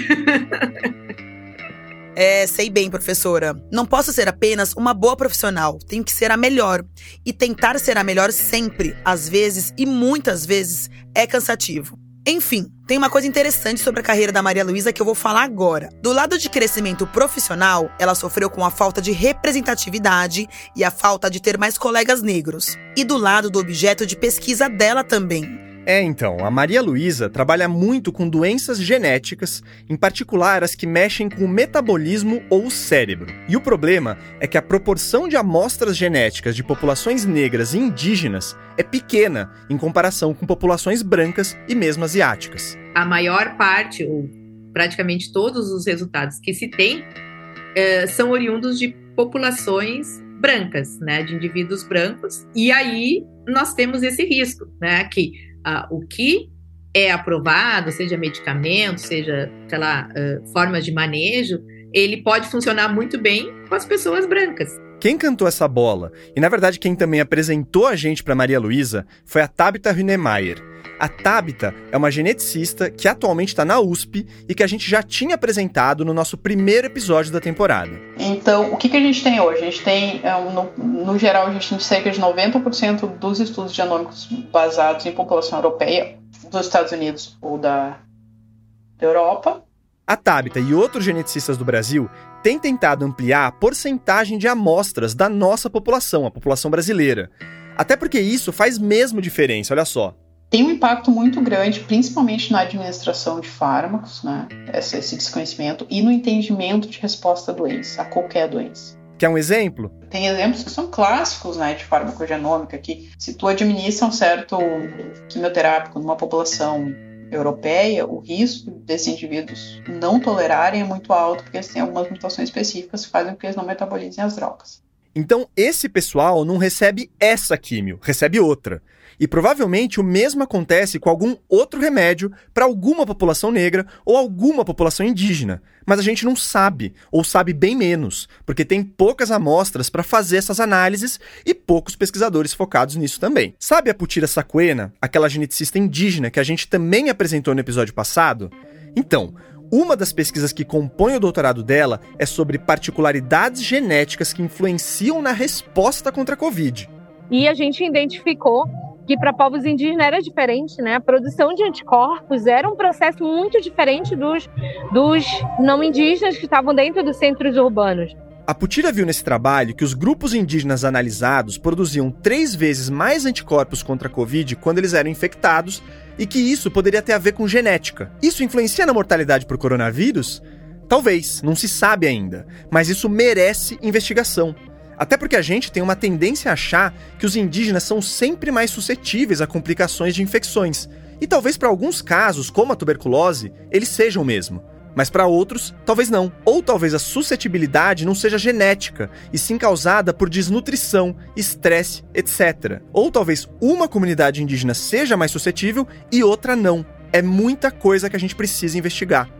Sei bem, professora. Não posso ser apenas uma boa profissional, tenho que ser a melhor. E tentar ser a melhor sempre, às vezes e muitas vezes, é cansativo. Enfim, tem uma coisa interessante sobre a carreira da Maria Luísa que eu vou falar agora. Do lado de crescimento profissional, ela sofreu com a falta de representatividade e a falta de ter mais colegas negros. E do lado do objeto de pesquisa dela também. Então, a Maria Luísa trabalha muito com doenças genéticas, em particular as que mexem com o metabolismo ou o cérebro. E o problema é que a proporção de amostras genéticas de populações negras e indígenas é pequena em comparação com populações brancas e mesmo asiáticas. A maior parte, ou praticamente todos os resultados que se tem, são oriundos de populações brancas, né, de indivíduos brancos. E aí nós temos esse risco, né, que o que é aprovado, seja medicamento, seja, sei lá, formas de manejo, ele pode funcionar muito bem com as pessoas brancas. Quem cantou essa bola, e na verdade quem também apresentou a gente para Maria Luísa, foi a Tabitha Hühnemeier. A Tabitha é uma geneticista que atualmente está na USP e que a gente já tinha apresentado no nosso primeiro episódio da temporada. Então, o que a gente tem hoje? A gente tem, no geral, a gente tem cerca de 90% dos estudos genômicos basados em população europeia, dos Estados Unidos ou da Europa. A Tabitha e outros geneticistas do Brasil têm tentado ampliar a porcentagem de amostras da nossa população, a população brasileira. Até porque isso faz mesmo diferença, olha só. Tem um impacto muito grande, principalmente na administração de fármacos, né? Esse desconhecimento, e no entendimento de resposta à doença, a qualquer doença. Quer um exemplo? Tem exemplos que são clássicos, né, de farmacogenômica, que se tu administra um certo quimioterápico numa população europeia, o risco desses indivíduos não tolerarem é muito alto, porque eles têm algumas mutações específicas que fazem com que eles não metabolizem as drogas. Então, esse pessoal não recebe essa químio, recebe outra. E provavelmente o mesmo acontece com algum outro remédio para alguma população negra ou alguma população indígena. Mas a gente não sabe, ou sabe bem menos, porque tem poucas amostras para fazer essas análises e poucos pesquisadores focados nisso também. Sabe a Putira Saquena, aquela geneticista indígena que a gente também apresentou no episódio passado? Então, uma das pesquisas que compõe o doutorado dela é sobre particularidades genéticas que influenciam na resposta contra a Covid. E a gente identificou que para povos indígenas era diferente, né? A produção de anticorpos era um processo muito diferente dos não indígenas que estavam dentro dos centros urbanos. A Putira viu nesse trabalho que os grupos indígenas analisados produziam 3 vezes mais anticorpos contra a Covid quando eles eram infectados e que isso poderia ter a ver com genética. Isso influencia na mortalidade por coronavírus? Talvez, não se sabe ainda, mas isso merece investigação. Até porque a gente tem uma tendência a achar que os indígenas são sempre mais suscetíveis a complicações de infecções. E talvez para alguns casos, como a tuberculose, eles sejam mesmo. Mas para outros, talvez não. Ou talvez a suscetibilidade não seja genética, e sim causada por desnutrição, estresse, etc. Ou talvez uma comunidade indígena seja mais suscetível e outra não. É muita coisa que a gente precisa investigar.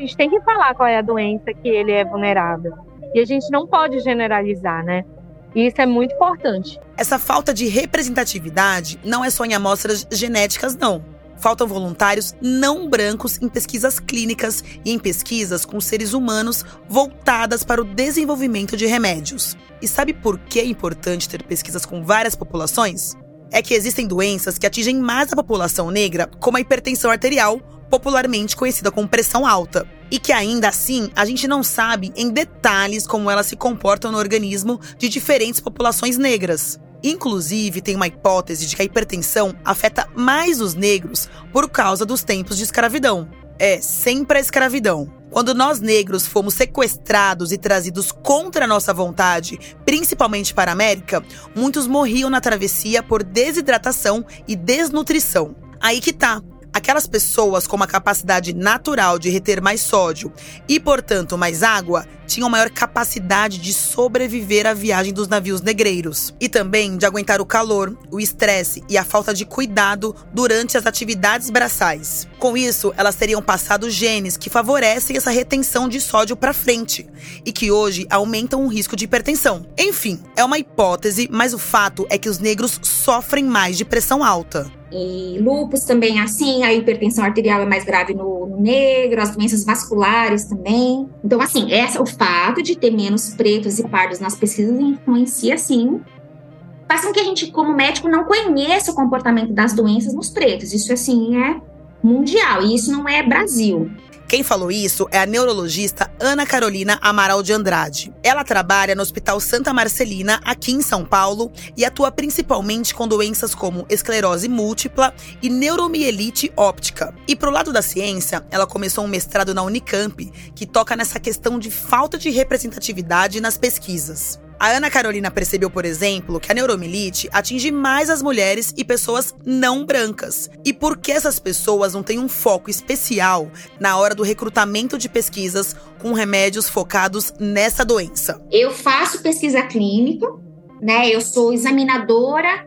gente tem que falar qual é a doença que ele é vulnerável. E a gente não pode generalizar, né? E isso é muito importante. Essa falta de representatividade não é só em amostras genéticas, não. Faltam voluntários não brancos em pesquisas clínicas e em pesquisas com seres humanos voltadas para o desenvolvimento de remédios. E sabe por que é importante ter pesquisas com várias populações? É que existem doenças que atingem mais a população negra, como a hipertensão arterial, popularmente conhecida como pressão alta. E que ainda assim, a gente não sabe em detalhes como elas se comportam no organismo de diferentes populações negras. Inclusive, tem uma hipótese de que a hipertensão afeta mais os negros por causa dos tempos de escravidão. É, sempre a escravidão. Quando nós negros fomos sequestrados e trazidos contra a nossa vontade, principalmente para a América, muitos morriam na travessia por desidratação e desnutrição. Aí que tá. Aquelas pessoas com uma capacidade natural de reter mais sódio e, portanto, mais água, tinham maior capacidade de sobreviver à viagem dos navios negreiros. E também de aguentar o calor, o estresse e a falta de cuidado durante as atividades braçais. Com isso, elas teriam passado genes que favorecem essa retenção de sódio para frente e que hoje aumentam o risco de hipertensão. Enfim, é uma hipótese, mas o fato é que os negros sofrem mais de pressão alta. E lúpus também é assim, a hipertensão arterial é mais grave no negro, as doenças vasculares também. Então, assim, o fato de ter menos pretos e pardos nas pesquisas influencia, sim. Faz com que a gente, como médico, não conheça o comportamento das doenças nos pretos. Isso, assim, é mundial, e isso não é Brasil. Quem falou isso é a neurologista Ana Carolina Amaral de Andrade. Ela trabalha no Hospital Santa Marcelina, aqui em São Paulo, e atua principalmente com doenças como esclerose múltipla e neuromielite óptica. E pro lado da ciência, ela começou um mestrado na Unicamp, que toca nessa questão de falta de representatividade nas pesquisas. A Ana Carolina percebeu, por exemplo, que a neuromielite atinge mais as mulheres e pessoas não brancas. E por que essas pessoas não têm um foco especial na hora do recrutamento de pesquisas com remédios focados nessa doença? Eu faço pesquisa clínica, né? Eu sou examinadora,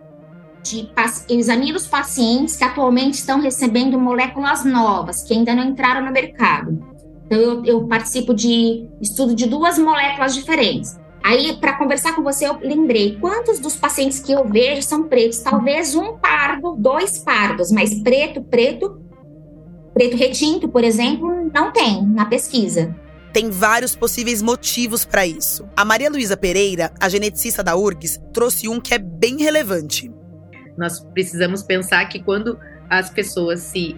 eu examino os pacientes que atualmente estão recebendo moléculas novas, que ainda não entraram no mercado. Então, eu participo de estudo de 2 moléculas diferentes. Aí, para conversar com você, eu lembrei, quantos dos pacientes que eu vejo são pretos? Talvez 1 pardo, 2 pardos, mas preto retinto, por exemplo, não tem na pesquisa. Tem vários possíveis motivos para isso. A Maria Luísa Pereira, a geneticista da URGS, trouxe um que é bem relevante. Nós precisamos pensar que quando as pessoas se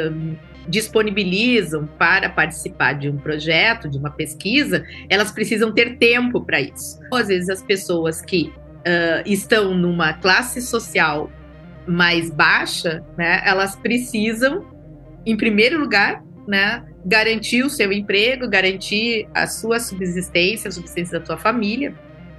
disponibilizam para participar de um projeto, de uma pesquisa, elas precisam ter tempo para isso. Às vezes as pessoas que estão numa classe social mais baixa, né, elas precisam, em primeiro lugar, né, garantir o seu emprego, garantir a sua subsistência, a subsistência da sua família,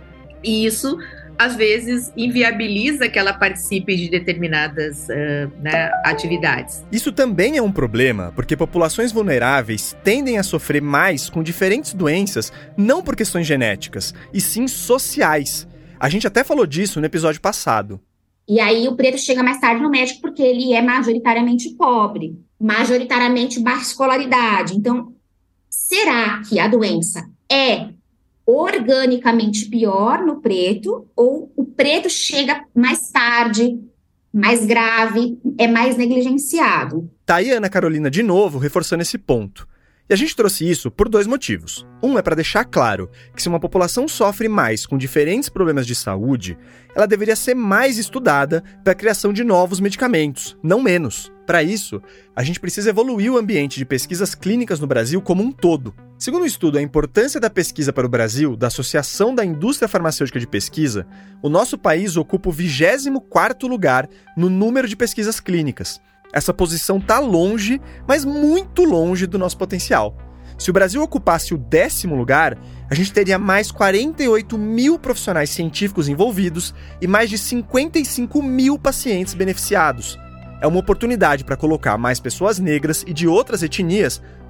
e isso às vezes inviabiliza que ela participe de determinadas atividades. Isso também é um problema, porque populações vulneráveis tendem a sofrer mais com diferentes doenças, não por questões genéticas, e sim sociais. A gente até falou disso no episódio passado. E aí o preto chega mais tarde no médico porque ele é majoritariamente pobre, majoritariamente baixa escolaridade. Então, será que a doença é organicamente pior no preto, ou o preto chega mais tarde, mais grave, é mais negligenciado? Tá aí a Ana Carolina de novo reforçando esse ponto. E a gente trouxe isso por 2 motivos. Um é para deixar claro que se uma população sofre mais com diferentes problemas de saúde, ela deveria ser mais estudada para a criação de novos medicamentos, não menos. Para isso, a gente precisa evoluir o ambiente de pesquisas clínicas no Brasil como um todo. Segundo o estudo A Importância da Pesquisa para o Brasil, da Associação da Indústria Farmacêutica de Pesquisa, o nosso país ocupa o 24º lugar no número de pesquisas clínicas. Essa posição está longe, mas muito longe do nosso potencial. Se o Brasil ocupasse o 10º lugar, a gente teria mais 48 mil profissionais científicos envolvidos e mais de 55 mil pacientes beneficiados. É uma oportunidade para colocar mais pessoas negras e de outras etnias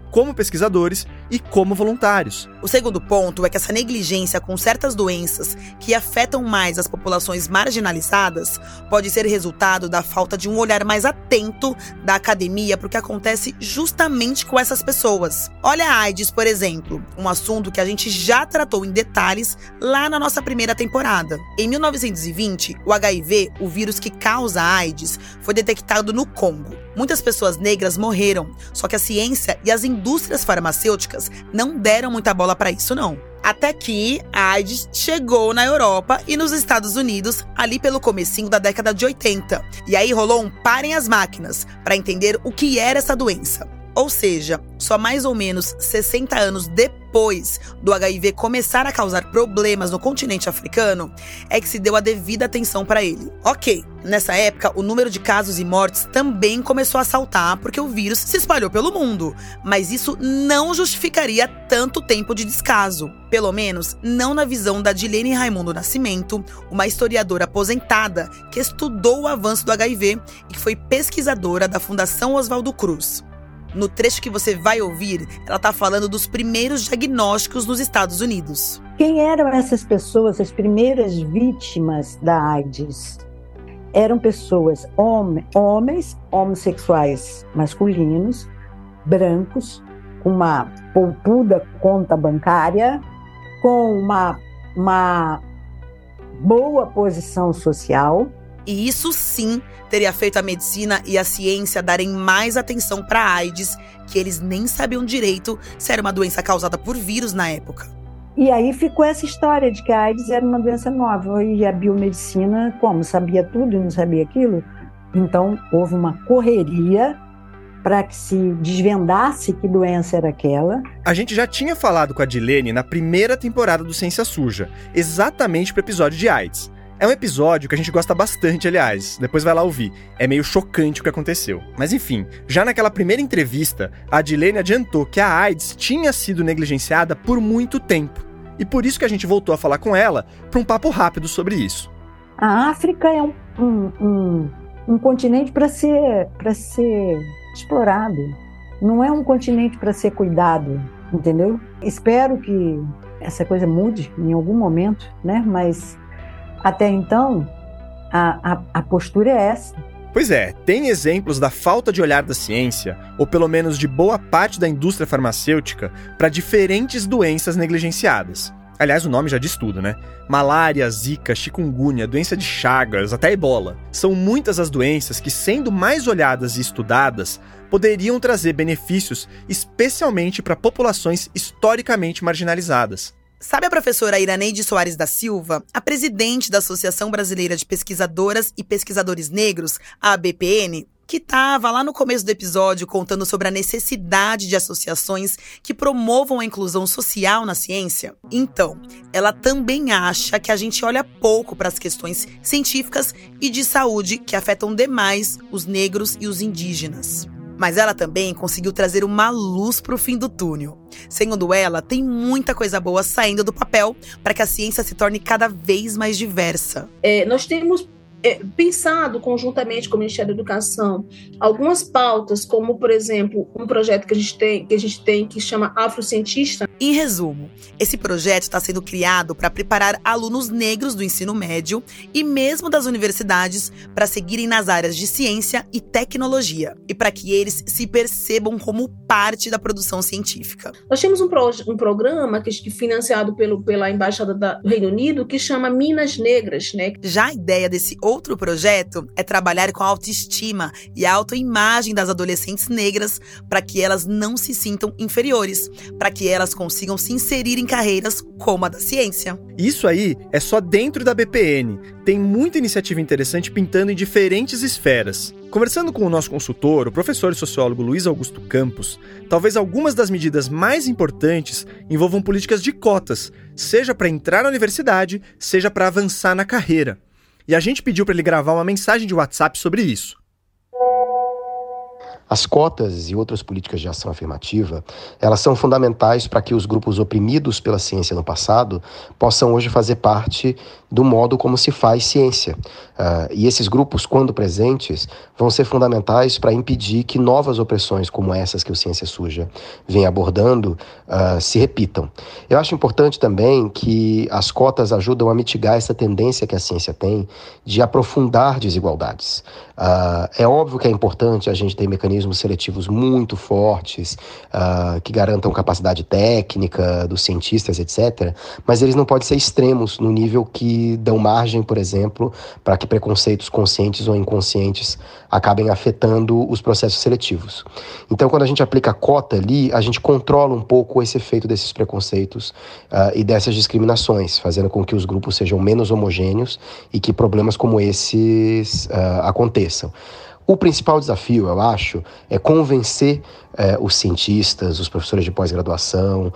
como pesquisadores e como voluntários. O segundo ponto é que essa negligência com certas doenças que afetam mais as populações marginalizadas pode ser resultado da falta de um olhar mais atento da academia para o que acontece justamente com essas pessoas. Olha a AIDS, por exemplo, um assunto que a gente já tratou em detalhes lá na nossa primeira temporada. Em 1920, o HIV, o vírus que causa a AIDS, foi detectado no Congo. Muitas pessoas negras morreram, só que a ciência e as indústrias farmacêuticas não deram muita bola para isso, não. Até que a AIDS chegou na Europa e nos Estados Unidos ali pelo comecinho da década de 80. E aí rolou um parem as máquinas para entender o que era essa doença. Ou seja, só mais ou menos 60 anos depois do HIV começar a causar problemas no continente africano, é que se deu a devida atenção para ele. Ok, nessa época o número de casos e mortes também começou a saltar porque o vírus se espalhou pelo mundo, mas isso não justificaria tanto tempo de descaso. Pelo menos não na visão da Dilene Raimundo Nascimento, uma historiadora aposentada que estudou o avanço do HIV e que foi pesquisadora da Fundação Oswaldo Cruz. No trecho que você vai ouvir, ela está falando dos primeiros diagnósticos nos Estados Unidos. Quem eram essas pessoas, as primeiras vítimas da AIDS? Eram pessoas, homens homossexuais masculinos, brancos, com uma poupuda conta bancária, com uma boa posição social. E isso sim teria feito a medicina e a ciência darem mais atenção para a AIDS, que eles nem sabiam direito se era uma doença causada por vírus na época. E aí ficou essa história de que a AIDS era uma doença nova e a biomedicina, como sabia tudo e não sabia aquilo, então houve uma correria para que se desvendasse que doença era aquela. A gente já tinha falado com a Dilene na primeira temporada do Ciência Suja, exatamente para o episódio de AIDS. É um episódio que a gente gosta bastante, aliás. Depois vai lá ouvir. É meio chocante o que aconteceu. Mas enfim, já naquela primeira entrevista, a Dilene adiantou que a AIDS tinha sido negligenciada por muito tempo. E por isso que a gente voltou a falar com ela para um papo rápido sobre isso. A África é um continente para ser explorado. Não é um continente para ser cuidado, entendeu? Espero que essa coisa mude em algum momento, né? Mas até então, a postura é essa. Pois é, tem exemplos da falta de olhar da ciência, ou pelo menos de boa parte da indústria farmacêutica, para diferentes doenças negligenciadas. Aliás, o nome já diz tudo, né? Malária, zika, chikungunya, doença de Chagas, até ebola. São muitas as doenças que, sendo mais olhadas e estudadas, poderiam trazer benefícios, especialmente para populações historicamente marginalizadas. Sabe a professora Iraneide Soares da Silva, a presidente da Associação Brasileira de Pesquisadoras e Pesquisadores Negros, a ABPN, que estava lá no começo do episódio contando sobre a necessidade de associações que promovam a inclusão social na ciência? Então, ela também acha que a gente olha pouco para as questões científicas e de saúde que afetam demais os negros e os indígenas. Mas ela também conseguiu trazer uma luz para o fim do túnel. Segundo ela, tem muita coisa boa saindo do papel para que a ciência se torne cada vez mais diversa. Nós temos pensado conjuntamente com o Ministério da Educação algumas pautas, como, por exemplo, um projeto que a gente tem que chama Afrocientista. Em resumo, esse projeto está sendo criado para preparar alunos negros do ensino médio e mesmo das universidades para seguirem nas áreas de ciência e tecnologia e para que eles se percebam como parte da produção científica. Nós temos um programa financiado pela Embaixada do Reino Unido que chama Minas Negras, né? Já a ideia desse outro projeto é trabalhar com a autoestima e a autoimagem das adolescentes negras para que elas não se sintam inferiores, para que elas consigam se inserir em carreiras como a da ciência. Isso aí é só dentro da BPN. Tem muita iniciativa interessante pintando em diferentes esferas. Conversando com o nosso consultor, o professor e sociólogo Luiz Augusto Campos, talvez algumas das medidas mais importantes envolvam políticas de cotas, seja para entrar na universidade, seja para avançar na carreira. E a gente pediu para ele gravar uma mensagem de WhatsApp sobre isso. As cotas e outras políticas de ação afirmativa, elas são fundamentais para que os grupos oprimidos pela ciência no passado possam hoje fazer parte do modo como se faz ciência. E esses grupos, quando presentes, vão ser fundamentais para impedir que novas opressões como essas que o Ciência Suja vem abordando se repitam. Eu acho importante também que as cotas ajudam a mitigar essa tendência que a ciência tem de aprofundar desigualdades. É óbvio que é importante a gente ter mecanismos seletivos muito fortes, que garantam capacidade técnica dos cientistas, etc., mas eles não podem ser extremos no nível que dão margem, por exemplo, para que preconceitos conscientes ou inconscientes acabem afetando os processos seletivos. Então, quando a gente aplica a cota ali, a gente controla um pouco esse efeito desses preconceitos e dessas discriminações, fazendo com que os grupos sejam menos homogêneos e que problemas como esses aconteçam. O principal desafio, eu acho, é convencer os cientistas, os professores de pós-graduação,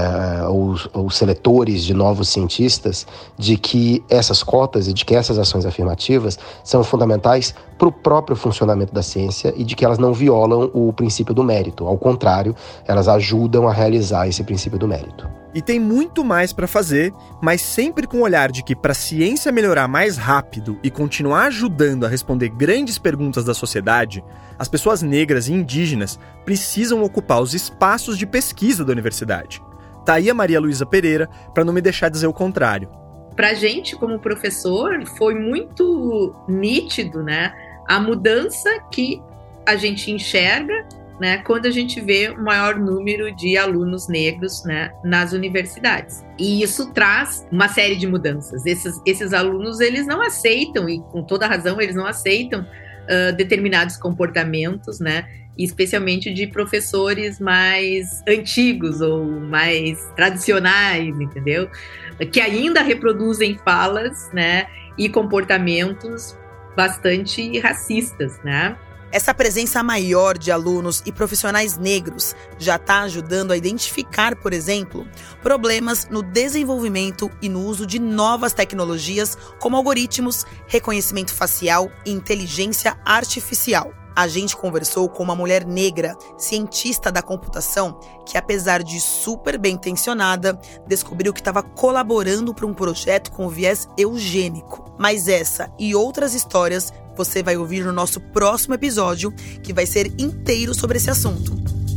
os seletores de novos cientistas, de que essas cotas e de que essas ações afirmativas são fundamentais para o próprio funcionamento da ciência e de que elas não violam o princípio do mérito. Ao contrário, elas ajudam a realizar esse princípio do mérito. E tem muito mais para fazer, mas sempre com o olhar de que para a ciência melhorar mais rápido e continuar ajudando a responder grandes perguntas da sociedade, as pessoas negras e indígenas precisam ocupar os espaços de pesquisa da universidade. Tá aí a Maria Luísa Pereira para não me deixar dizer o contrário. Para a gente, como professor, foi muito nítido, né, a mudança que a gente enxerga, né, quando a gente vê o maior número de alunos negros, né, nas universidades. E isso traz uma série de mudanças. Esses alunos, eles não aceitam, e com toda razão, eles não aceitam determinados comportamentos, né, especialmente de professores mais antigos ou mais tradicionais, entendeu? Que ainda reproduzem falas, né, e comportamentos bastante racistas, né? Essa presença maior de alunos e profissionais negros já está ajudando a identificar, por exemplo, problemas no desenvolvimento e no uso de novas tecnologias como algoritmos, reconhecimento facial e inteligência artificial. A gente conversou com uma mulher negra, cientista da computação, que apesar de super bem intencionada, descobriu que estava colaborando para um projeto com viés eugênico. Mas essa e outras histórias você vai ouvir no nosso próximo episódio, que vai ser inteiro sobre esse assunto.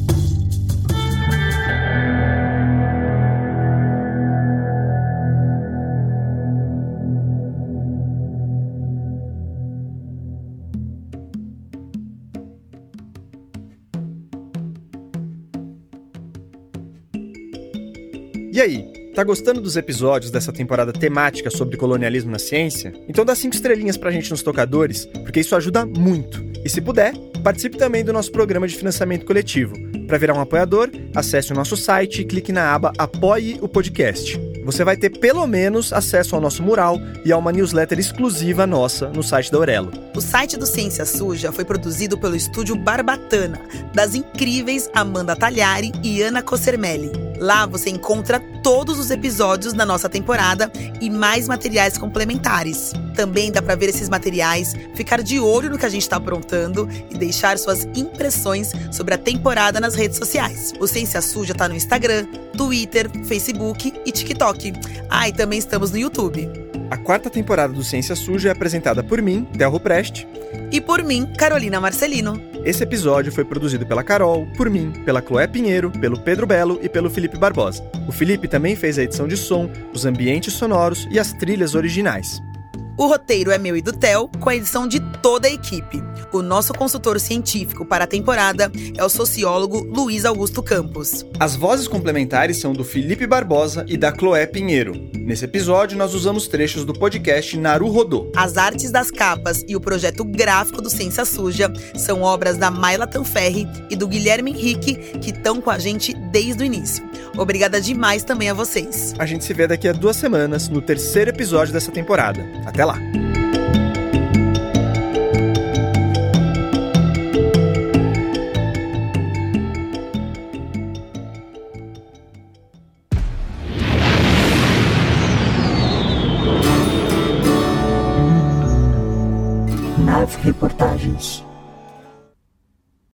E aí, tá gostando dos episódios dessa temporada temática sobre colonialismo na ciência? Então dá 5 estrelinhas pra gente nos tocadores, porque isso ajuda muito. E se puder, participe também do nosso programa de financiamento coletivo. Para virar um apoiador, acesse o nosso site e clique na aba Apoie o Podcast. Você vai ter pelo menos acesso ao nosso mural e a uma newsletter exclusiva nossa no site da Aurelo. O site do Ciência Suja foi produzido pelo estúdio Barbatana, das incríveis Amanda Tagliari e Ana Cossermelli. Lá você encontra todos os episódios da nossa temporada e mais materiais complementares. Também dá para ver esses materiais, ficar de olho no que a gente está aprontando e deixar suas impressões sobre a temporada nas redes sociais. O Ciência Suja tá no Instagram, Twitter, Facebook e TikTok. E também estamos no YouTube. A 4ª temporada do Ciência Suja é apresentada por mim, Telro Preste. E por mim, Carolina Marcelino. Esse episódio foi produzido pela Carol, por mim, pela Chloé Pinheiro, pelo Pedro Belo e pelo Felipe Barbosa. O Felipe também fez a edição de som, os ambientes sonoros e as trilhas originais. O roteiro é meu e do Theo, com a edição de toda a equipe. O nosso consultor científico para a temporada é o sociólogo Luiz Augusto Campos. As vozes complementares são do Felipe Barbosa e da Chloé Pinheiro. Nesse episódio, nós usamos trechos do podcast Naru Rodô. As artes das capas e o projeto gráfico do Ciência Suja são obras da Mayla Tanferri e do Guilherme Henrique, que estão com a gente desde o início. Obrigada demais também a vocês. A gente se vê daqui a 2 semanas, no 3º episódio dessa temporada. Até lá! Nave Reportagens.